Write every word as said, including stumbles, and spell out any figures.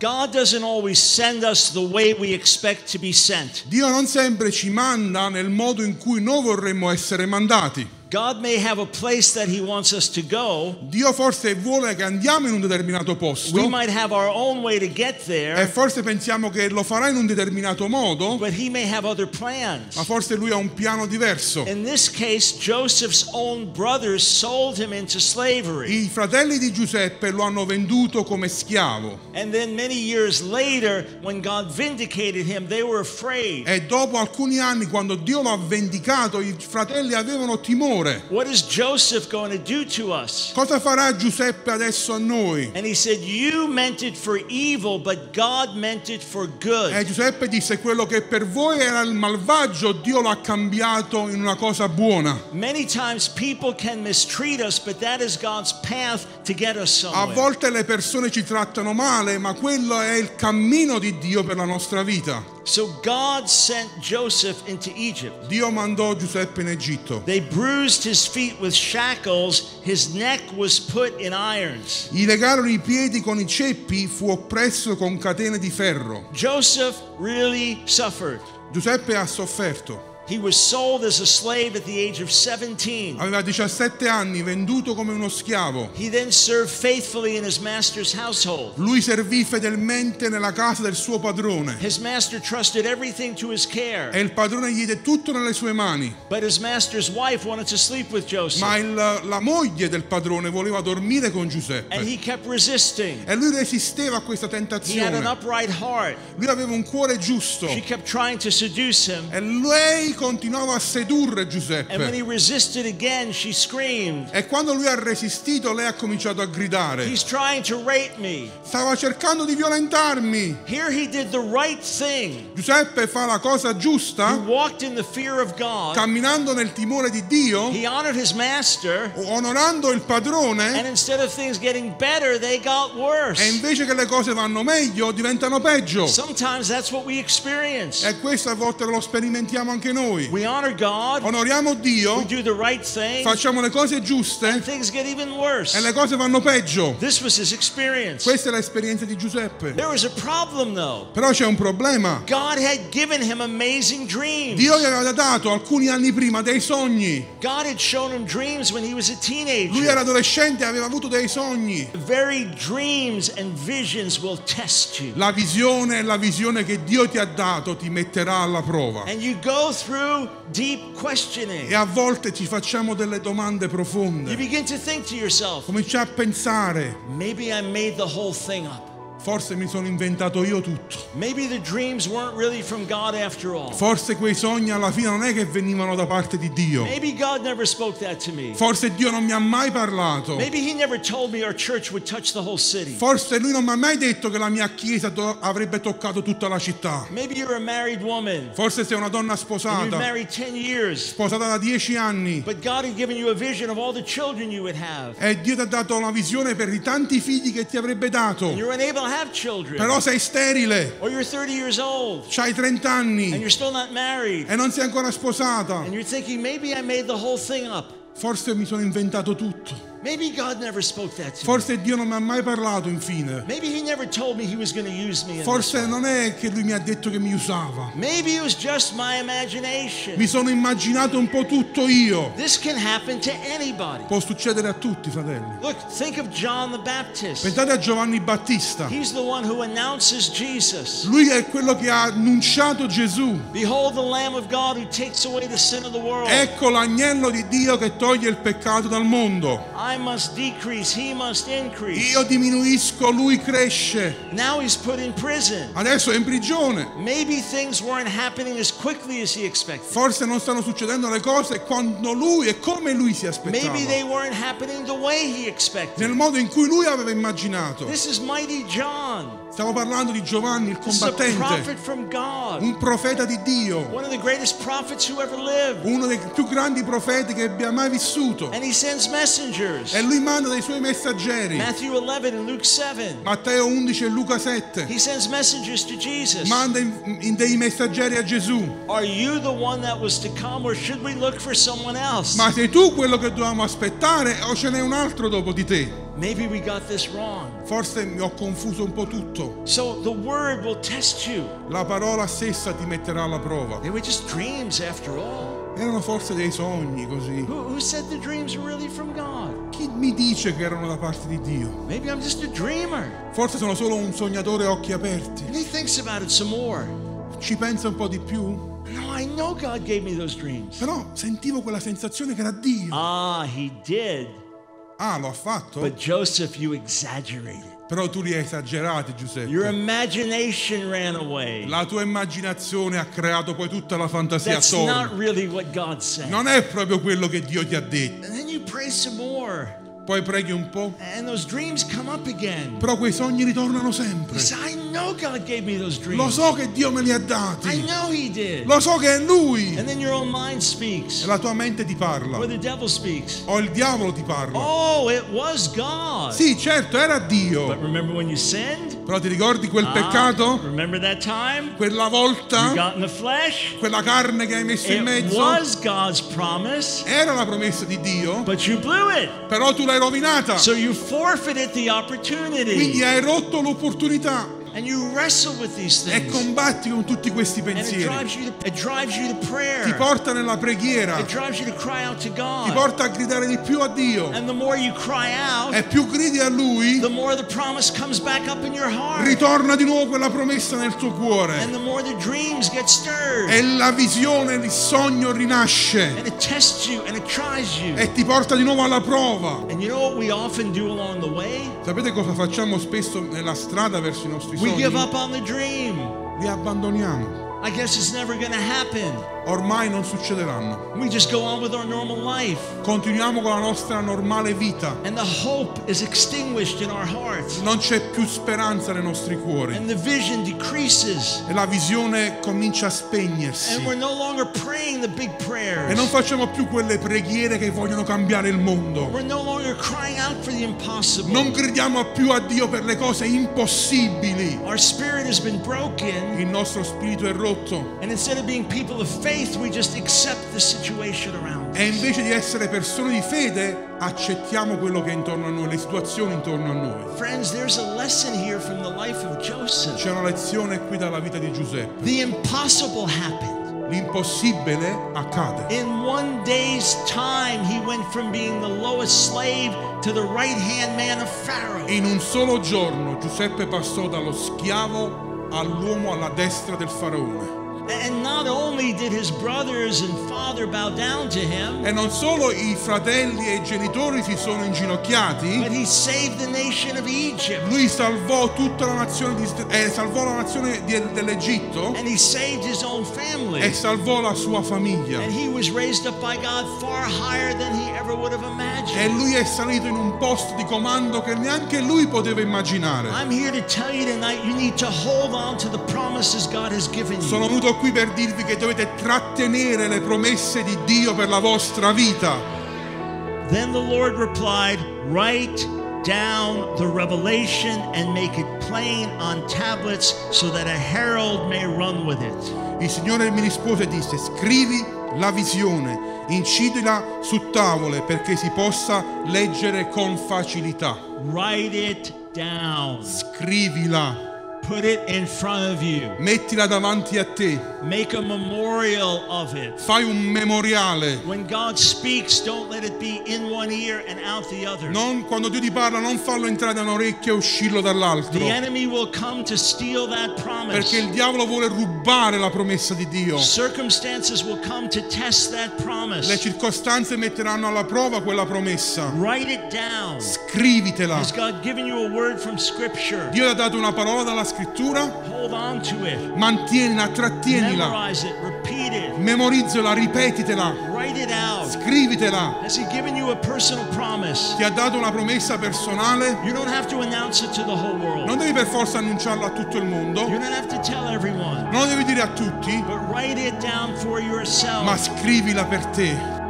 God doesn't always send us the way we expect to be sent. Dio non sempre ci manda nel modo in cui noi vorremmo essere mandati. God may have a place that He wants us to go. Dio forse vuole che andiamo in un determinato posto. We might have our own way to get there. E forse pensiamo che lo farà in un determinato modo. But He may have other plans. Ma forse Lui ha un piano diverso. In this case, Joseph's own brothers sold him into slavery. I fratelli di Giuseppe lo hanno venduto come schiavo. And then many years later, when God vindicated him, they were afraid. E dopo alcuni anni, quando Dio lo ha vendicato, i fratelli avevano timore. What is Joseph going to do to us? Cosa farà Giuseppe adesso a noi? And he said, you meant it for evil, but God meant it for good. E Giuseppe disse: quello che per voi era il malvagio, Dio lo ha cambiato in una cosa buona. Many times people can mistreat us, but that is God's path to get us A somewhere. volte le persone ci trattano male, ma quello è il cammino di Dio per la nostra vita. So God sent Joseph into Egypt. Dio mandò Giuseppe in Egitto. They bruised his feet with shackles, his neck was put in irons. Gli legarono i piedi con i ceppi, fu oppresso con catene di ferro. Joseph really suffered. Giuseppe ha sofferto. He was sold as a slave at the age of seventeen. Aveva diciassette anni, venduto come uno schiavo. He then served faithfully in his master's household. Lui servì fedelmente nella casa del suo padrone. His master trusted everything to his care. E il padrone gli diede tutto nelle sue mani. But his master's wife wanted to sleep with Joseph. Ma il, la moglie del padrone voleva dormire con Giuseppe. And he kept resisting. E lui resisteva a questa He had an tentazione. upright heart. Lui aveva un cuore giusto. She kept trying to seduce him. E lei continuava a sedurre And when Giuseppe. he resisted again, she screamed, E quando lui ha resistito, lei ha cominciato a gridare. he's trying to rape me. Stava cercando di violentarmi. Here he did the right thing. Giuseppe fa la cosa He giusta, walked in the fear of God. camminando nel timore di Dio, He honored his master. onorando il And padrone. instead of things getting better, they got E worse. invece che le cose vanno meglio, diventano peggio. Sometimes that's what we experience. E questo a volte lo sperimentiamo anche noi. We honor God, Onoriamo we Dio, do the right thing, facciamo le cose and giuste things get even worse. e le cose vanno peggio. This was his experience. Questa è l'esperienza di Giuseppe. There was a problem though. Però c'è un problema. God had given him amazing dreams. Dio gli aveva dato alcuni anni prima dei sogni. God had shown him dreams when he was a Lui teenager. era adolescente e aveva avuto dei sogni. The very dreams and visions will test you. La visione e la visione che Dio ti ha dato ti metterà alla prova. And you go through deep questioning. E a volte ci facciamo delle domande You profonde. begin to think to yourself, Cominciamo a pensare, maybe I made the whole thing up. forse mi sono inventato io tutto. Maybe the dreams weren't really from God after all. Forse quei sogni alla fine non è che venivano da parte di Dio. Maybe God never spoke that to me. Forse Dio non mi ha mai parlato. Maybe He never told me our church would touch the whole city. Forse Lui non mi ha mai detto che la mia chiesa do- avrebbe toccato tutta la città. Maybe you're a married woman. Forse sei una donna And you've sposata, married ten years. sposata da dieci anni. But God had given you a vision of all the children you would have. E Dio ti ha dato una visione per i tanti figli che ti avrebbe dato. And you're unable to have children. Però sei sterile, Or you're thirty years old c'hai trenta and anni you're still not married. e non sei ancora sposata. And you're thinking, maybe I made the whole thing up. Forse mi sono inventato tutto. Maybe God never spoke that to me. Forse Dio non mi ha mai parlato infine. Maybe He never told me He was going to use me in this Forse way. non è che Lui mi ha detto che mi usava. Maybe it was just my imagination. Mi sono immaginato un po' tutto io. This can happen to anybody. Può succedere a tutti, fratelli. Look, think of John the Baptist. Pensate a Giovanni Battista. He's the one who announces Jesus. Lui è quello che ha annunciato Gesù. Behold the Lamb of God who takes away the sin of the world. Ecco l'agnello di Dio che toglie il peccato dal mondo. I must decrease, He must increase. Io diminuisco, Lui cresce. Now He's put in prison. Adesso è in prigione. Maybe things weren't happening as quickly as He expected. Forse non stanno succedendo le cose quando Lui e come Lui si aspettava. Maybe they weren't happening the way He expected. Nel modo in cui Lui aveva immaginato. This is mighty John. Stiamo parlando di Giovanni, il This is a prophet combattente. from God. Un profeta di Dio. One of the greatest prophets who ever lived. Uno dei più grandi profeti che abbia mai vissuto. And He sends messengers. E Lui manda dei Suoi messaggeri. Matthew eleven and Luke seven. Matteo undici e Luca sette. He sends messengers to Jesus. Manda in, in dei messaggeri a Gesù. Are you the one that was to come, or should we look for someone else? Ma sei tu quello che dovevamo aspettare o ce n'è un altro dopo di te? maybe we got this wrong. Forse mi ho confuso un po' tutto. So the word will test you. La parola stessa ti metterà alla prova. They were just dreams after all. Erano forse dei sogni così. Who, who said the dreams were really from God? Chi mi dice che erano da parte di Dio? Maybe I'm just a dreamer. Forse sono solo un sognatore a occhi aperti. And he thinks about it some more. Ci pensa un po' di più? No, I know God gave me those dreams. Però sentivo quella sensazione che era Dio. Ah, he did. Ah, lo ha fatto? But Joseph, you exaggerated. Però tu li hai esagerati, Giuseppe. Your imagination ran away. La tua immaginazione ha creato poi tutta la fantasia That's attorno. not really what God said. Non è proprio quello che Dio ti ha detto. And then you pray some more. Poi preghi un po', And those dreams come up again. però quei sogni ritornano sempre. You say, I know God gave me those dreams. Lo so che Dio me li ha I dati. know he did. Lo so che è Lui. And then your own mind speaks. E la tua mente ti parla. Or the devil speaks. O il diavolo ti parla. Oh, it was God. Sì, certo, era But Dio. remember when you sinned? Però ti ricordi quel Ah, peccato? remember that time? Quella You volta? got in the flesh? Quella carne che hai messo in It mezzo? was God's promise, Era la promessa di Dio, but you blew it. però tu l'hai rovinata. So you forfeited the Quindi opportunity. hai rotto l'opportunità And you wrestle with these e things. combatti con tutti questi And it pensieri. drives you to, it drives you to Ti prayer. porta nella preghiera, It drives you to cry out to ti God. porta a gridare di più a Dio. And the more you cry out, E più gridi a Lui, the more the promise comes back up in your heart. ritorna di nuovo quella promessa nel tuo cuore. And the more the dreams get stirred. E la visione, il sogno rinasce And it tests you and it tries you. e ti porta di nuovo alla prova. And you know what we often do along the way? Sapete cosa facciamo spesso nella strada verso i nostri We give sogni? up on the dream. Li abbandoniamo. I guess it's never going to happen. Ormai non succederanno. We just go on with our normal life. Continuiamo con la nostra normale vita. And the hope is extinguished in our hearts. Non c'è più speranza nei nostri cuori. And the vision decreases. E la visione comincia a spegnersi. And we're no longer praying the big E prayers. non facciamo più quelle preghiere che vogliono cambiare il mondo. We're no longer crying out for the impossible. Non gridiamo più a Dio per le cose impossibili. Our spirit has been broken. Il nostro spirito è rotto. And instead of being people of faith, we just accept the situation around E us. invece di essere persone di fede, accettiamo quello che è intorno a noi, le situazioni intorno a noi. Friends, there's a lesson here from the life of Joseph. C'è una lezione qui dalla vita di Giuseppe. The impossible happened. L'impossibile accade. In one day's time, he went from being the lowest slave to the right-hand man of Pharaoh. In un solo giorno Giuseppe passò dallo schiavo all'uomo alla destra del faraone. And not only did his brothers and father bow down to him, E non solo i fratelli e i genitori si sono inginocchiati, but he saved the nation of Egypt. lui salvò tutta la nazione di, eh, salvò la nazione di- dell'Egitto And he saved his own family. e salvò la sua famiglia. And he was raised up by God far higher than he ever would have E imagined. lui è salito in un posto di comando che neanche lui poteva immaginare. I'm here to tell you tonight, you need to hold on to the promises God has given Sono you. venuto qui per dirvi che dovete trattenere le promesse di Dio per la vostra vita. Then the Lord replied, write down the revelation and make it plain on tablets so that a herald may run with it. Il Signore mi rispose e disse: scrivi la visione, incidila su tavole perché si possa leggere con facilità. Write it down. Scrivila, Put it in front of you. mettila davanti a te, Make a memorial of it. fai un memoriale. When God speaks, don't let it be in one ear and out the other. Non, quando Dio ti parla, non farlo entrare da un orecchio e uscirlo dall'altro, The enemy will come to steal that promise. perché il diavolo vuole rubare la promessa di Dio. Circumstances will come to test that Le promise. circostanze metteranno alla prova quella promessa. Write it down. Scrivitela. Has God given you a word from Scripture? Dio ti ha dato una parola dalla scrittura, Hold on to it. mantienila, trattienila, Memorize it. Repeat it. memorizzala, ripetitela, Write it out. scrivitela. Has He given you a personal promise? Ti ha dato una promessa personale, You don't have to announce it to the whole world. non devi per forza annunciarla a tutto il mondo, You don't have to tell everyone. non lo devi dire a tutti, But write it down for yourself. ma scrivila per te.